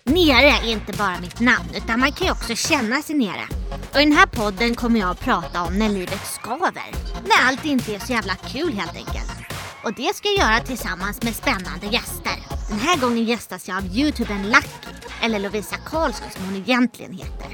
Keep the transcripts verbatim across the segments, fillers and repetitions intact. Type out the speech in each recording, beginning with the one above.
Nere är inte bara mitt namn, utan man kan ju också känna sig nere. Och i den här podden kommer jag att prata om när livet skaver. När allt inte är så jävla kul helt enkelt. Och det ska jag göra tillsammans med spännande gäster. Den här gången gästas jag av youtubern Lucky, eller Lovisa Karlsson som hon egentligen heter.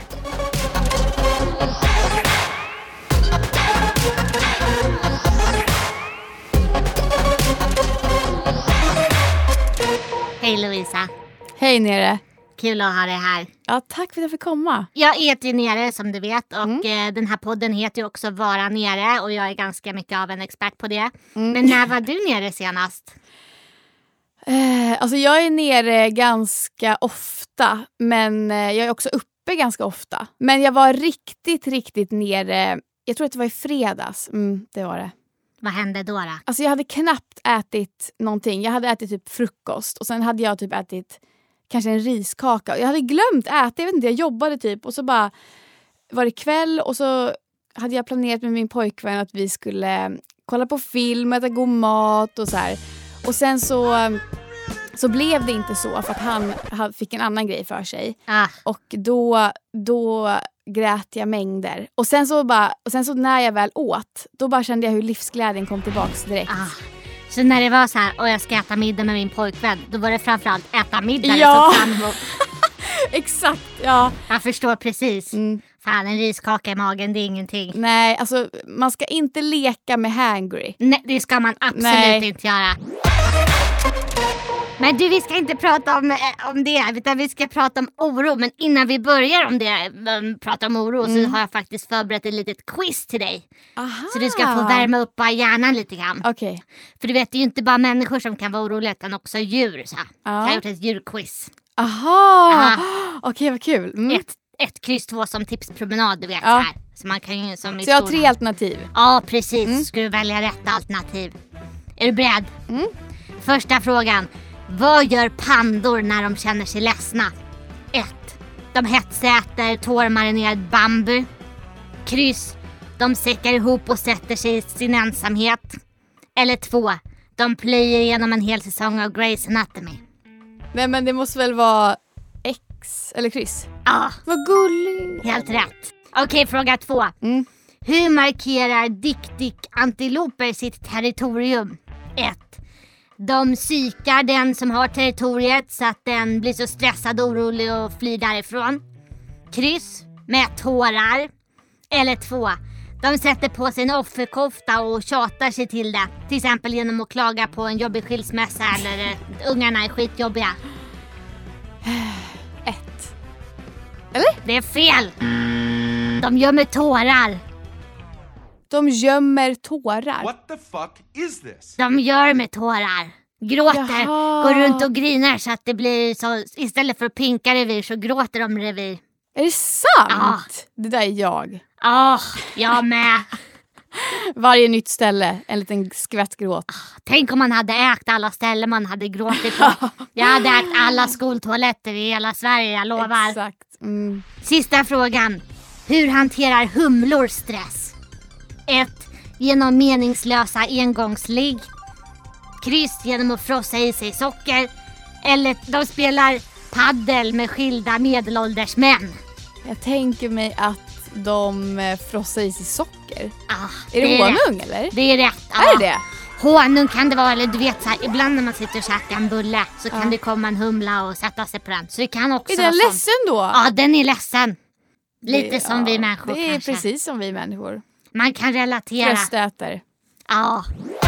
Hej Lovisa. Hej Nere. Kul att ha dig här. Ja, tack för att jag fick komma. Jag heter Nere som du vet och Mm. eh, den här podden heter ju också Vara Nere och jag är ganska mycket av en expert på det. Mm. Men när var du nere senast? Eh, alltså jag är nere ganska ofta, men eh, jag är också uppe ganska ofta. Men jag var riktigt, riktigt nere, jag tror att det var i fredags. Mm, det var det. Vad hände då då? Alltså jag hade knappt ätit någonting. Jag hade ätit typ frukost och sen hade jag typ ätit kanske en riskaka. Jag hade glömt äta, jag vet inte, jag jobbade typ och så bara var det kväll och så hade jag planerat med min pojkvän att vi skulle kolla på film, äta god mat och så här. Och sen så så blev det inte så för att han, han fick en annan grej för sig. Ah. Och då då grät jag mängder. Och sen så bara och sen så när jag väl åt, då bara kände jag hur livsglädjen kom tillbaks direkt. Ah. Så när det var så här, och jag ska äta middag med min pojkvän, då var det framförallt äta middag. Ja. Som fram emot. Exakt, ja. Jag förstår precis. Mm. Fan, en riskaka i magen, det är ingenting. Nej, alltså man ska inte leka med hangry. Nej, det ska man absolut Nej. inte göra. Men du, vi ska inte prata om, eh, om det, utan vi ska prata om oro. Men innan vi börjar om det, um, prata om oro, Mm. så har jag faktiskt förberett ett litet quiz till dig. Aha. Så du ska få värma upp bara hjärnan lite grann. Okej. För du vet, det är ju inte bara människor som kan vara oroliga, utan också djur. Så. Ja. Jag har gjort ett djurquiz. Aha. Aha. Okej, vad kul. Mm. Ett, ett kryss två som tipspromenad, du vet Ja. så här. Så man kan ju som i Så jag har skolan. tre alternativ. Ja, precis. Mm. Ska du välja rätt alternativ. Är du beredd? Mm. Första frågan. Vad gör pandor när de känner sig ledsna? ett. De hetsäter tårmarinerad bambu. Kryss. De säckar ihop och sätter sig i sin ensamhet. Eller två. De plöjer igenom en hel säsong av Grey's Anatomy. Nej, men det måste väl vara X eller kryss. Ja, Vad gulligt. helt rätt. Okej, fråga två. Mm. Hur markerar dick-dick-antiloper sitt territorium? ett. De psykar den som har territoriet så att den blir så stressad och orolig och flyr därifrån. Kryss med tårar. Eller två. De sätter på sig en offerkofta och tjatar sig till det. Till exempel genom att klaga på en jobbig skilsmässa eller eh, ungarna är skitjobbiga. Ett. Det är fel! De gör med tårar. De gömmer tårar. What the fuck is this? De gör med tårar. Gråter, Jaha. går runt och grinar så att det blir så, istället för att pinka revir så gråter de revir. Är det sant? Ja. Det där är jag. Åh, jag med. Varje nytt ställe, en liten skvättgråt. Tänk om man hade ägt alla ställen man hade gråtit på. Jag hade ägt alla skoltoaletter i hela Sverige, jag lovar. Exakt. Mm. Sista frågan. Hur hanterar humlor stress? ett. Genom meningslösa engångsligg. Kryss genom att frossa i sig socker. Eller de spelar paddel med skilda medelålders män. Jag tänker mig att de eh, frossar i sig socker. Ah, Är det, rätt. honung eller? Det är rätt. Är ja. det det? Honung kan det vara, eller du vet så här, ibland när man sitter och käkar en bulle så kan Ja. det komma en humla och sätta sig på den. Så det kan också Är vara den sånt. ledsen då? Ja, den är ledsen. Lite Det- som ja, vi människor Det är kanske. precis som vi människor. Man kan relatera. Tröstäter. Ja.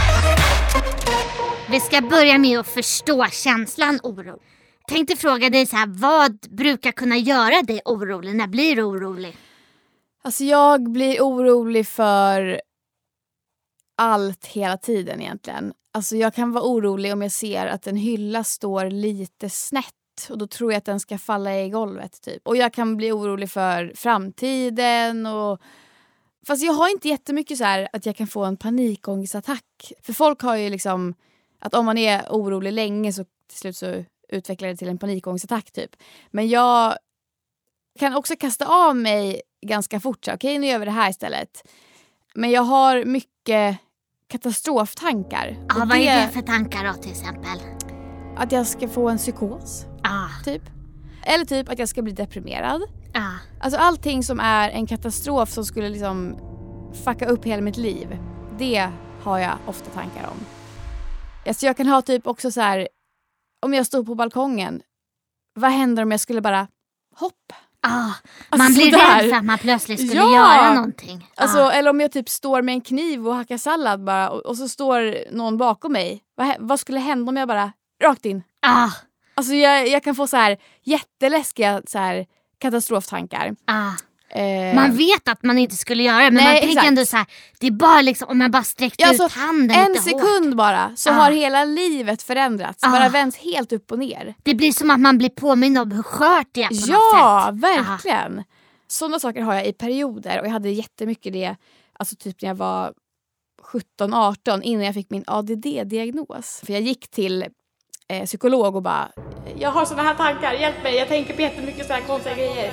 Vi ska börja med att förstå känslan oro. Tänkte fråga dig så här, vad brukar kunna göra dig orolig? När blir du orolig? Alltså jag blir orolig för allt hela tiden egentligen. Alltså jag kan vara orolig om jag ser att en hylla står lite snett. Och då tror jag att den ska falla i golvet typ. Och jag kan bli orolig för framtiden. Och... Fast jag har inte jättemycket så här att jag kan få en panikångestattack. För folk har ju liksom att om man är orolig länge så till slut så utvecklar det till en panikångestattack typ. Men jag kan också kasta av mig ganska fort. Okej, okay, nu gör vi det här istället. Men jag har mycket katastroftankar. Ja, Och vad är det för tankar då till exempel? Att jag ska få en psykos, Ah, typ. Eller typ att jag ska bli deprimerad. Ah. Alltså allting som är en katastrof som skulle liksom fucka upp hela mitt liv. Det har jag ofta tankar om. Alltså jag kan ha typ också så här, om jag står på balkongen, vad händer om jag skulle bara hoppa? Ah, Alltså man blir sådär. rädd för att man plötsligt skulle Ja. göra någonting. Alltså, Ah. eller om jag typ står med en kniv och hackar sallad bara, och, och så står någon bakom mig. Vad, vad skulle hända om jag bara rakt in? Ah. Alltså jag, jag kan få så här jätteläskiga så här katastroftankar. Ah. Eh, Man vet att man inte skulle göra det, men Nej, man tänker exakt. ändå så här, det är bara liksom om man bara sträckte Ja, ut alltså, handen en lite sekund hårt. bara så Ah. har hela livet förändrats. Ah. Bara vänds helt upp och ner. Det blir som att man blir påmind om hur skört det är på Ja, något sätt. verkligen. Sådana saker har jag i perioder och jag hade jättemycket det, alltså typ när jag var sjutton arton innan jag fick min A D D-diagnos. För jag gick till eh, psykolog och bara, jag har såna här tankar, hjälp mig, jag tänker på jättemycket såna här konstiga grejer.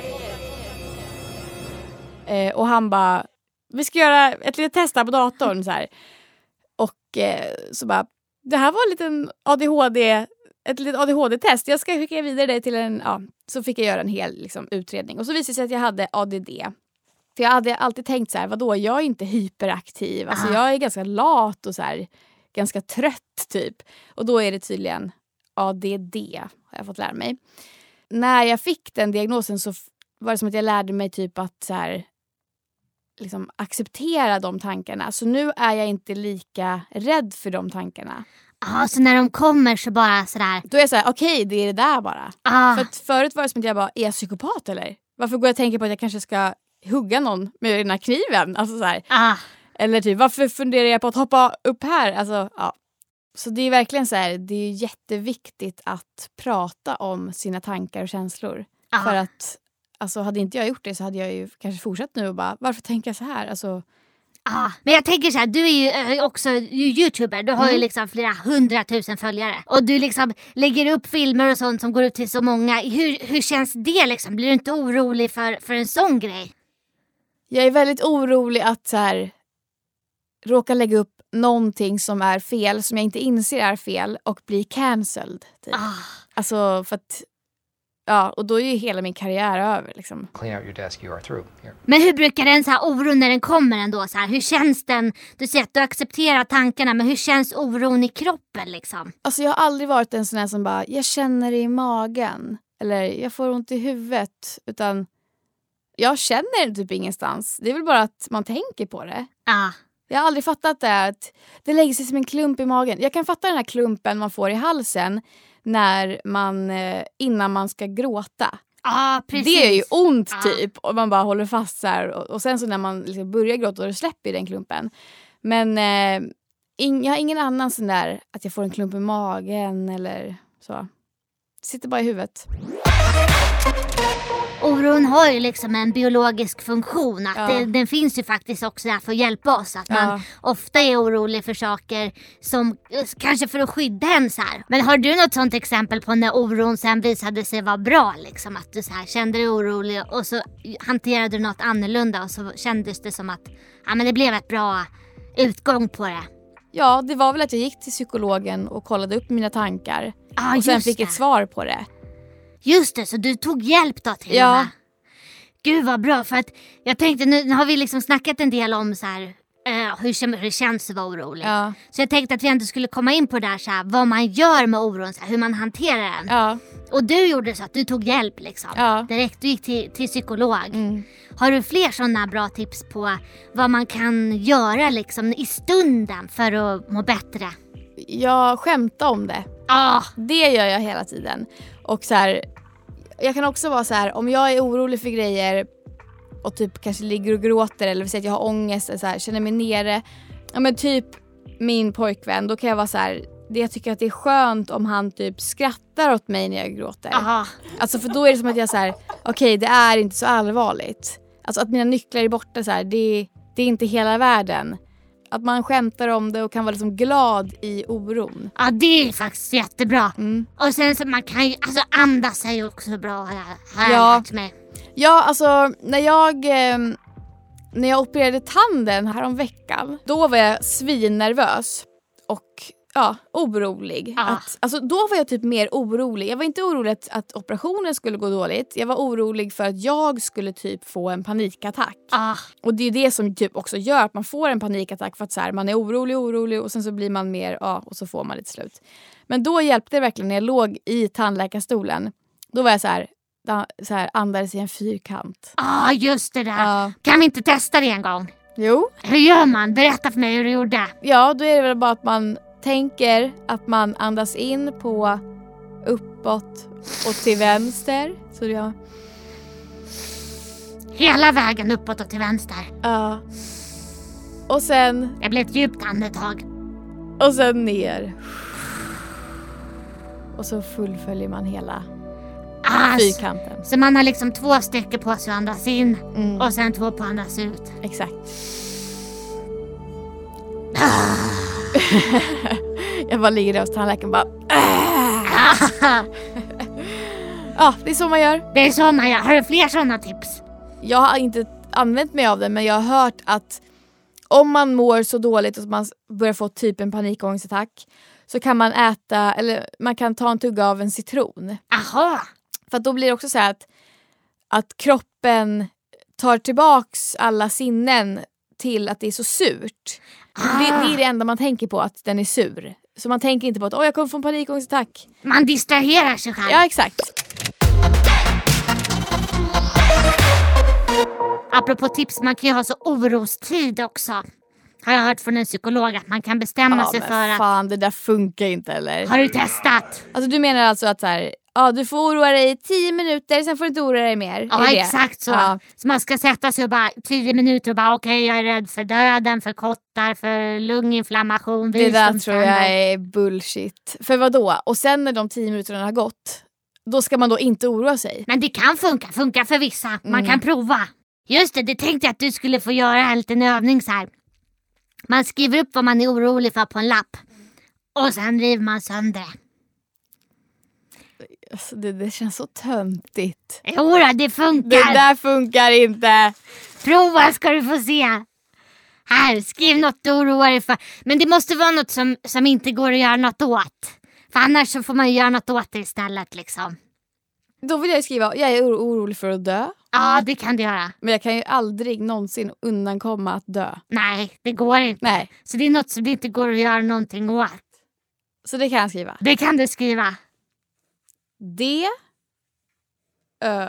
Eh, och han bara, vi ska göra ett litet test här på datorn så här. Och eh, så bara, det här var en liten A D H D, ett litet A D H D-test. Jag ska skicka vidare dig till en, ja, så fick jag göra en hel liksom, utredning. Och så visade det sig att jag hade A D D. För jag hade alltid tänkt så här, vadå, jag är inte hyperaktiv. Alltså Ah. jag är ganska lat och så här, ganska trött typ. Och då är det tydligen A D D, har jag fått lära mig. När jag fick den diagnosen så f- var det som att jag lärde mig typ att så här, liksom acceptera de tankarna. Så nu är jag inte lika rädd för de tankarna. Ja, så när de kommer så bara sådär. Då är jag så här, okej, okay, det är det där bara. Ah. För att förut var det som att jag bara, är jag psykopat eller? Varför går jag och tänker på att jag kanske ska hugga någon med den här kniven? Alltså så här. Ah. Eller typ, varför funderar jag på att hoppa upp här? Alltså, ja. Så det är verkligen så här, det är jätteviktigt att prata om sina tankar och känslor. Ah. För att, alltså hade inte jag gjort det så hade jag ju kanske fortsatt nu och bara, varför tänker jag så här? Alltså, Ja, men jag tänker så här, du är ju eh, också youtuber, du har Mm. ju liksom flera hundratusen följare. Och du liksom lägger upp filmer och sånt som går ut till så många. Hur, hur känns det liksom? Blir du inte orolig för, för en sån grej? jag är väldigt orolig att så här, råka lägga upp någonting som är fel, som jag inte inser är fel och bli cancelled. Typ. Ah. Alltså för att, ja, och då är ju hela min karriär över liksom. Clean out your desk, you are through. Here. Men hur brukar den så här oron när den kommer ändå? Så här, hur känns den? Du säger att du accepterar tankarna, men hur känns oron i kroppen liksom? Alltså jag har aldrig varit en sån här som bara, jag känner det i magen. Eller jag får ont i huvudet. Utan jag känner det typ ingenstans. Det är väl bara att man tänker på det. Ah. Jag har aldrig fattat det. Att det lägger sig som en klump i magen. Jag kan fatta den här klumpen man får i halsen när man, innan man ska gråta. Ja, precis. Det är ju ont Ja. typ. Och man bara håller fast så här. Och, och sen så när man liksom börjar gråta, då släpper den klumpen. Men eh, ing, jag har ingen annan sån där att jag får en klump i magen eller så. Det sitter bara i huvudet. Oron har ju liksom en biologisk funktion. Att Ja. det, den finns ju faktiskt också där för att hjälpa oss. Att man Ja. ofta är orolig för saker som kanske för att skydda en så här. Men har du något sånt exempel på när oron sen visade sig vara bra? Liksom, att du så här kände dig orolig och så hanterade du något annorlunda och så kändes det som att ja, men det blev ett bra utgång på det. Ja, det var väl att jag gick till psykologen och kollade upp mina tankar. Ah, och sen just fick det. ett svar på det. Just det, så du tog hjälp då till Ja. och med. Gud vad bra, för att jag tänkte nu, nu har vi liksom snackat en del om så här, eh, hur, kän- hur det känns att vara orolig. Ja. Så jag tänkte att vi ändå skulle komma in på det här, så här vad man gör med oron, så här, hur man hanterar den. Ja. Och du gjorde så att du tog hjälp liksom. Ja. Direkt, du gick till, till psykolog. Mm. Har du fler sådana bra tips på vad man kan göra liksom i stunden för att må bättre? Jag skämtar om det. Ah, Det gör jag hela tiden. Och så här, jag kan också vara så här, om jag är orolig för grejer och typ kanske ligger och gråter eller vill säga att jag har ångest eller så här, känner mig nere. Ja men typ min pojkvän, då kan jag vara så här, det jag tycker att det är skönt om han typ skrattar åt mig när jag gråter. aha. Alltså för då är det som att jag så här, okej okay, det är inte så allvarligt. Alltså att mina nycklar är borta så här, det, det är inte hela världen. Att man skämtar om det och kan vara liksom glad i oron. Ja, det är faktiskt jättebra. Mm. Och sen så man kan ju, alltså andas är ju också bra, har jag, har jag Ja. lärt mig. Ja, alltså när jag, eh, när jag opererade tanden här om veckan, då var jag svinnervös. Och ja, orolig. Ja. Att, alltså, då var jag typ mer orolig. Jag var inte orolig att, att operationen skulle gå dåligt. Jag var orolig för att jag skulle typ få en panikattack. Ah, Och det är det som typ också gör att man får en panikattack. För att så här, man är orolig, orolig och sen så blir man mer, ja, och så får man det till slut. Men då hjälpte det verkligen när jag låg i tandläkarstolen. Då var jag så här, så här andades i en fyrkant. ah, just det där. Ja. Kan vi inte testa det en gång? Jo. Hur gör man? Berätta för mig hur du gjorde. Ja, då är det väl bara att man tänker att man andas in på uppåt och till vänster. Så jag... Hela vägen uppåt och till vänster. Ja. Och sen... Det blev ett djupt andetag. Och sen ner. Och så fullföljer man hela Ah, fyrkanten. så man har liksom två stycken på sig att andas in. Mm. Och sen två på att andas ut. Exakt. Jag bara ligger där hos tandläkaren bara... Ja, det är så man gör. Det är så man gör. Har du fler sådana tips? Jag har inte använt mig av det, men jag har hört att om man mår så dåligt och man börjar få typ en panikångestattack så kan man äta, eller man kan ta en tugga av en citron. Aha. För att då blir det också så här att, att kroppen tar tillbaks alla sinnen till att det är så surt. Ah. Det, det är det enda man tänker på, att den är sur. Så man tänker inte på att åh, jag kommer få en panikångestattack. Man distraherar sig själv. Ja, exakt. Apropå tips, man kan ju ha så orostid också. Har jag hört från en psykolog att man kan bestämma Ja, sig men för att... fan, det där funkar inte, eller? Har du testat? Alltså du menar alltså att så här, ja, du får oroa dig i tio minuter, sen får du inte oroa dig mer. Ja, är det? exakt så. Ja. Så man ska sätta sig och bara tio minuter och bara okej, okay, jag är rädd för döden, för kottar, för lunginflammation, Det där tror jag visdomständer. är bullshit. För vad då? Och sen när de tio minuterna har gått, då ska man då inte oroa sig. Men det kan funka, funka för vissa. Man Mm. kan prova. Just det, det tänkte jag att du skulle få göra en liten övning så här. Man skriver upp vad man är orolig för på en lapp. Och sen river man sönder det. Alltså, det, det känns så töntigt. Jodå, det funkar. Det där funkar inte. Prova ska du få se. Här, skriv något du oroar dig för. Men det måste vara något som, som inte går att göra något åt. För annars så får man göra något åt det istället liksom. Då vill jag skriva, jag är oro- orolig för att dö. Ja, det kan du göra. Men jag kan ju aldrig någonsin undankomma att dö. Nej, det går inte. Nej, Så det är något som det inte går att göra någonting åt. så det kan jag skriva. Det kan du skriva. D. Ö.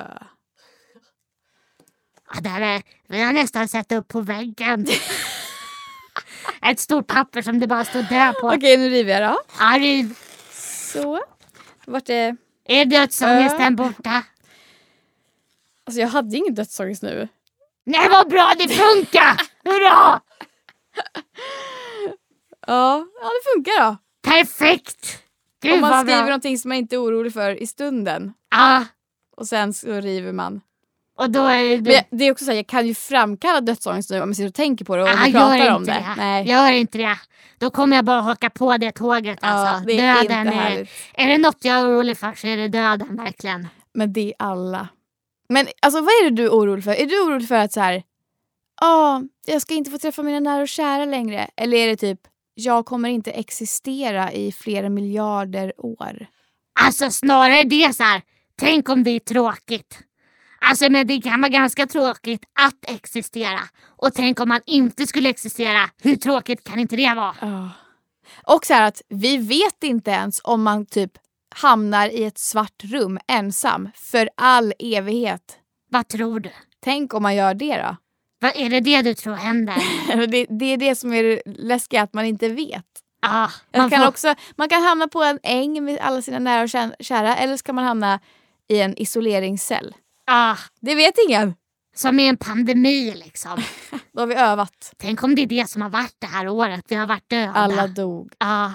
Ja, där är, vi har nästan sett upp på väggen. Ett stort papper som det bara står dö på. Okej, nu river jag då. Ja, riv. Så. Vart är... Är dödsångesten borta? Alltså jag hade ingen dödsångest nu. Nej, vad bra, det funkar! Hurra! Ja, ja det funkar då. Perfekt! Gud, Om man vad skriver bra. någonting som man inte är orolig för i stunden. Ja, Och sen så river man. och då är det... Men det är också så här, jag kan ju framkalla dödsångest nu om jag sitter och tänker på det och Ah, vi pratar gör om inte det. det. Nej. Gör inte det. Då kommer jag bara haka på det tåget. Ja, Alltså. det är Döden inte är... härligt. Är det något jag är orolig för så är det döden, verkligen. Men det är alla. Men alltså vad är det du är orolig för? Är du orolig för att så här, ja, jag ska inte få träffa mina nära och kära längre? Eller är det typ, jag kommer inte existera i flera miljarder år? Alltså snarare det så här. Tänk om det är tråkigt. Alltså men det kan vara ganska tråkigt att existera. Och tänk om man inte skulle existera. Hur tråkigt kan inte det vara? Ja. Och så här att vi vet inte ens om man typ hamnar i ett svart rum ensam för all evighet. Vad tror du? Tänk om man gör det då? Vad är det det du tror händer? det, det är det som är det läskiga, att man inte vet. Ja, Man man kan, får... också, man kan hamna på en äng med alla sina nära och kä- kära, eller så kan man hamna i en isoleringscell. Ja, Det vet ingen. som i en pandemi liksom. Då har vi övat. Tänk om det är det som har varit det här året. Vi har varit döda. Alla dog. Ja.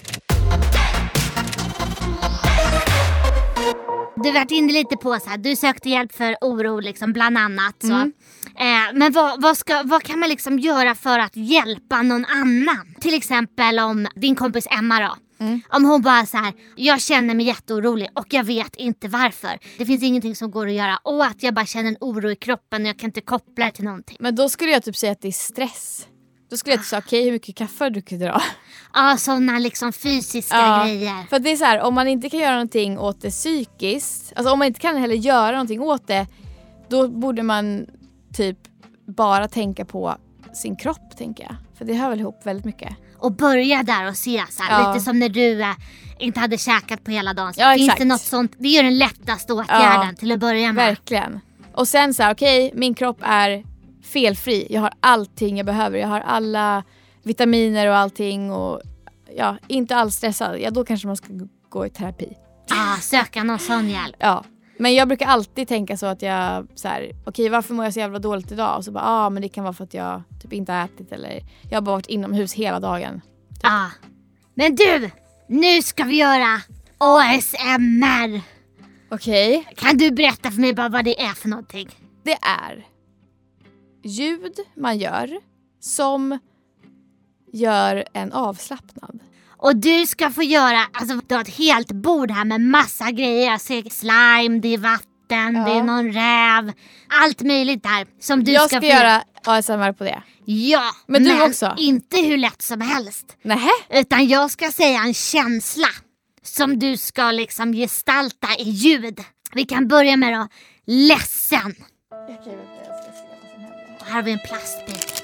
Du har varit inne lite på så här, du sökte hjälp för oro liksom, bland annat. Så. Mm. Eh, men vad, vad, ska, vad kan man liksom göra för att hjälpa någon annan? Till exempel om din kompis Emma då. Mm. Om hon bara så här, jag känner mig jätteorolig och jag vet inte varför. Det finns ingenting som går att göra. Och att jag bara känner en oro i kroppen och jag kan inte koppla det till någonting. Men då skulle jag typ säga att det är stress. Då skulle jag säga, okej, okay, hur mycket kaffe har du druckit idag? Ja, sådana liksom fysiska ja, grejer. För det är så här, om man inte kan göra någonting åt det psykiskt, alltså om man inte kan heller göra någonting åt det, då borde man typ bara tänka på sin kropp, tänker jag. För det hör väl ihop väldigt mycket. Och börja där och se så här, ja. lite som när du äh, inte hade käkat på hela dagen. Så ja, finns exakt. det något sånt, det är ju den lättaste åtgärden ja, till att börja med. Verkligen. Och sen så här, okej, okay, min kropp är felfri. Jag har allting jag behöver. Jag har alla vitaminer och allting och ja, inte alls stressad. Ja, då kanske man ska gå i terapi. Ja, ah, söka någon sån hjälp. Ja. Men jag brukar alltid tänka så att jag så här, okej, okay, varför mår jag så jävla dåligt idag? Och så bara, ja, ah, men det kan vara för att jag typ inte har ätit eller jag har bara varit inomhus hela dagen. Ja. Typ. Ah. Men du, nu ska vi göra A S M R. Okej. Okay. Kan du berätta för mig bara vad det är för någonting? Det är ljud man gör som gör en avslappnad. Och du ska få göra, alltså du har ett helt bord här med massa grejer. Jag ser slime, det är vatten, ja. Det är någon räv. Allt möjligt där som du jag ska ska få göra A S M R på det. Ja, men, men du också? Inte hur lätt som helst. Nähä? Utan jag ska säga en känsla som du ska liksom gestalta i ljud. Vi kan börja med då, ledsen. Okej, vänta, jag ska se vad som händer. Och här har vi en plastbit.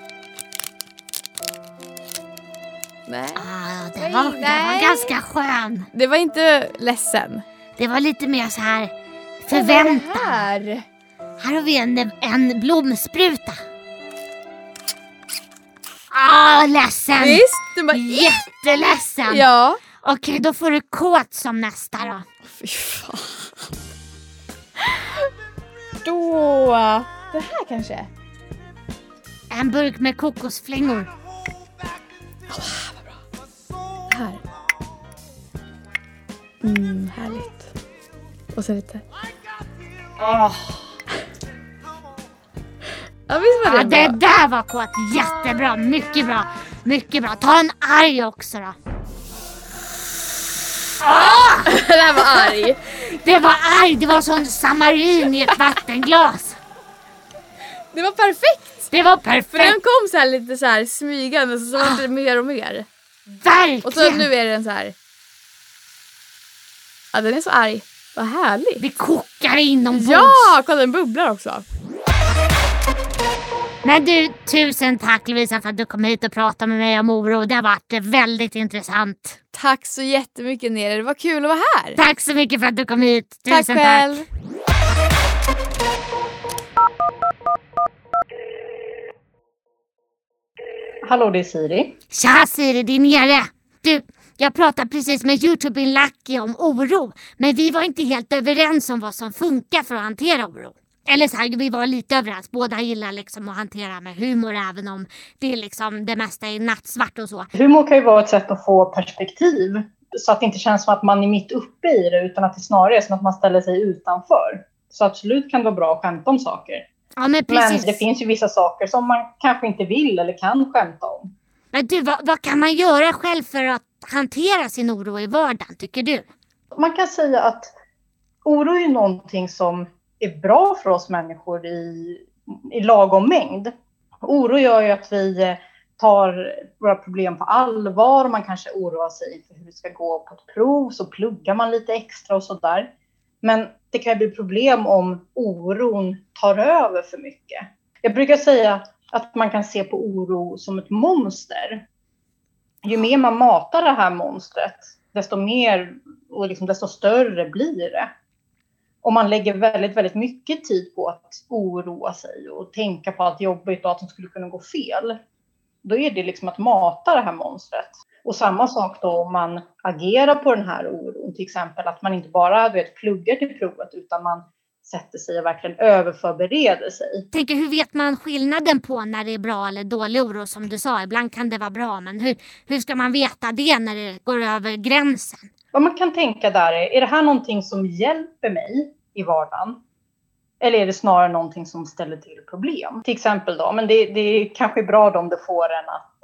Nej. Ah, det, var, det var ganska skön. Det var inte ledsen. Det var lite mer så här förväntan. Här? Här har vi en, en blomspruta. Ah, ledsen. Visst? Du bara, jätteledsen. Ja. Okej, då får du kåt som nästa då. Fy fan. Då. Det här kanske. En burk med kokosflingor. Oh, vad bra. Här. Mm, härligt. Och så lite. Åh. Ja, visst var det ja, bra. det där var kåt. Jättebra. Mycket bra. Mycket bra. Ta en arg också då. Ah! Det där var arg. Det var arg. Det var som samarin i ett vattenglas. Det var perfekt. Det var perfekt. För den kom så här lite så här smygande så, så var det mer och mer. Verkligen. Och så nu är den så här. Ja, den är så arg. Vad härligt. Det kokar inombords. Ja, kolla den bubblar också. Men du, tusen tack Lovisa för att du kom hit och pratade med mig om oro. Det har varit väldigt intressant. Tack så jättemycket Nere, det var kul att vara här. Tack så mycket för att du kom hit. Tusen tack. Själv. Tack. Hallå, det är Siri. Tja Siri, det är Nere. Du, jag pratade precis med YouTube-in-Lucky om oro. Men vi var inte helt överens om vad som funkar för att hantera oro. Eller så här, vi var lite överens. Båda gillar liksom att hantera med humor även om det är liksom det mesta är nattsvart och så. Humor kan ju vara ett sätt att få perspektiv. Så att det inte känns som att man är mitt uppe i det utan att det snarare är som att man ställer sig utanför. Så absolut kan det vara bra att skämta om saker. Ja, men, precis. Men det finns ju vissa saker som man kanske inte vill eller kan skämta om. Men du, vad, vad kan man göra själv för att hantera sin oro i vardagen, tycker du? Man kan säga att oro är någonting som är bra för oss människor i, i lagom mängd. Oro gör ju att vi tar våra problem på allvar. Man kanske oroar sig för hur det ska gå på ett prov. Så pluggar man lite extra och sådär. Men det kan bli problem om oron tar över för mycket. Jag brukar säga att man kan se på oro som ett monster. Ju mer man matar det här monstret, desto mer och liksom desto större blir det. Om man lägger väldigt, väldigt mycket tid på att oroa sig och tänka på allt jobbigt och att det skulle kunna gå fel, då är det liksom att mata det här monstret. Och samma sak då om man agerar på den här oron, till exempel att man inte bara vet, pluggar till provet utan man sätter sig och verkligen överförbereder sig. Tänker, hur vet man skillnaden på när det är bra eller dålig oro som du sa? Ibland kan det vara bra, men hur, hur ska man veta det när det går över gränsen? Vad man kan tänka där är, är det här någonting som hjälper mig i vardagen? Eller är det snarare någonting som ställer till problem? Till exempel då, men det, det är kanske bra då om det får en att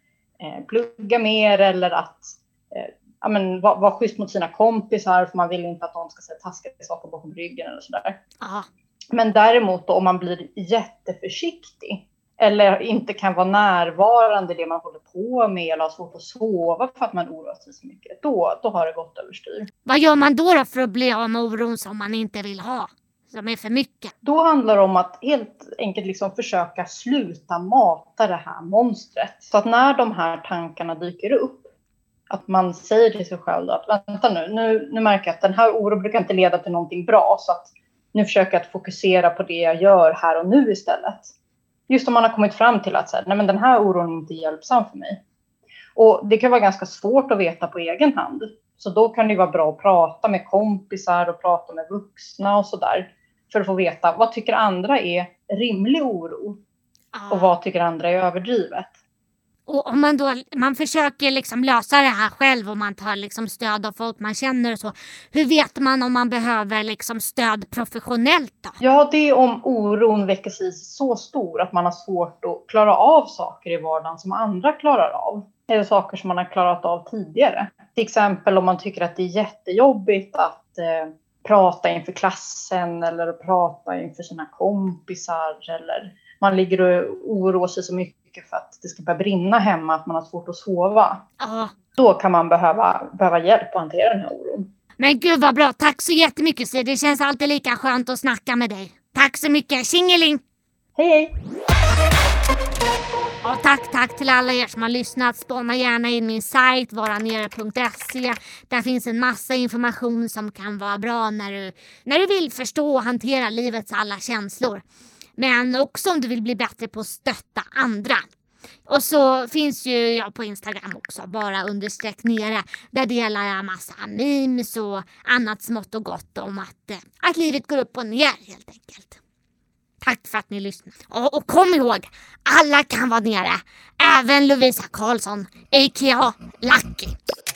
eh, plugga mer eller att eh, ja, men, vara var schysst mot sina kompisar för man vill inte att de ska säga taskiga saker bakom ryggen eller sådär. Aha. Men däremot då, om man blir jätteförsiktig eller inte kan vara närvarande i det man håller på med eller har svårt att sova för att man oroar sig så mycket, då, då har det gått överstyr. Vad gör man då, då för att bli av med oron som man inte vill ha? Som är för mycket? Då handlar det om att helt enkelt liksom försöka sluta mata det här monstret. Så att när de här tankarna dyker upp, att man säger till sig själv att vänta nu, nu, nu märker jag att den här oron brukar inte leda till någonting bra. Så att nu försöker jag att fokusera på det jag gör här och nu istället. Just om man har kommit fram till att så här, nej men den här oron är inte hjälpsam för mig. Och det kan vara ganska svårt att veta på egen hand. Så då kan det vara bra att prata med kompisar och prata med vuxna och sådär. För att få veta vad tycker andra är rimlig oro och vad tycker andra är överdrivet. Och om man då man försöker liksom lösa det här själv och man tar liksom stöd av folk man känner och så. Hur vet man om man behöver liksom stöd professionellt då? Ja, det är om oron väcker sig så stor att man har svårt att klara av saker i vardagen som andra klarar av. Eller saker som man har klarat av tidigare. Till exempel om man tycker att det är jättejobbigt att eh, prata inför klassen eller prata inför sina kompisar. Eller man ligger och oroar sig så mycket för att det ska börja brinna hemma, att man har svårt att sova. Ja. Då kan man behöva, behöva hjälp att hantera den här oron. Men gud vad bra, tack så jättemycket Sid. Det känns alltid lika skönt att snacka med dig. Tack så mycket, tjingeling! Hej hej! Och tack, tack till alla er som har lyssnat. Spana gärna in min sajt varanere punkt se. Där finns en massa information som kan vara bra när du, när du vill förstå och hantera livets alla känslor. Men också om du vill bli bättre på att stötta andra. Och så finns ju jag på Instagram också, bara understreck nere. Där delar jag massa memes och annat smått och gott om att, eh, att livet går upp och ner helt enkelt. Tack för att ni lyssnar. Och, och kom ihåg, alla kan vara nere. Även Lovisa Karlsson, a k a. Lucky.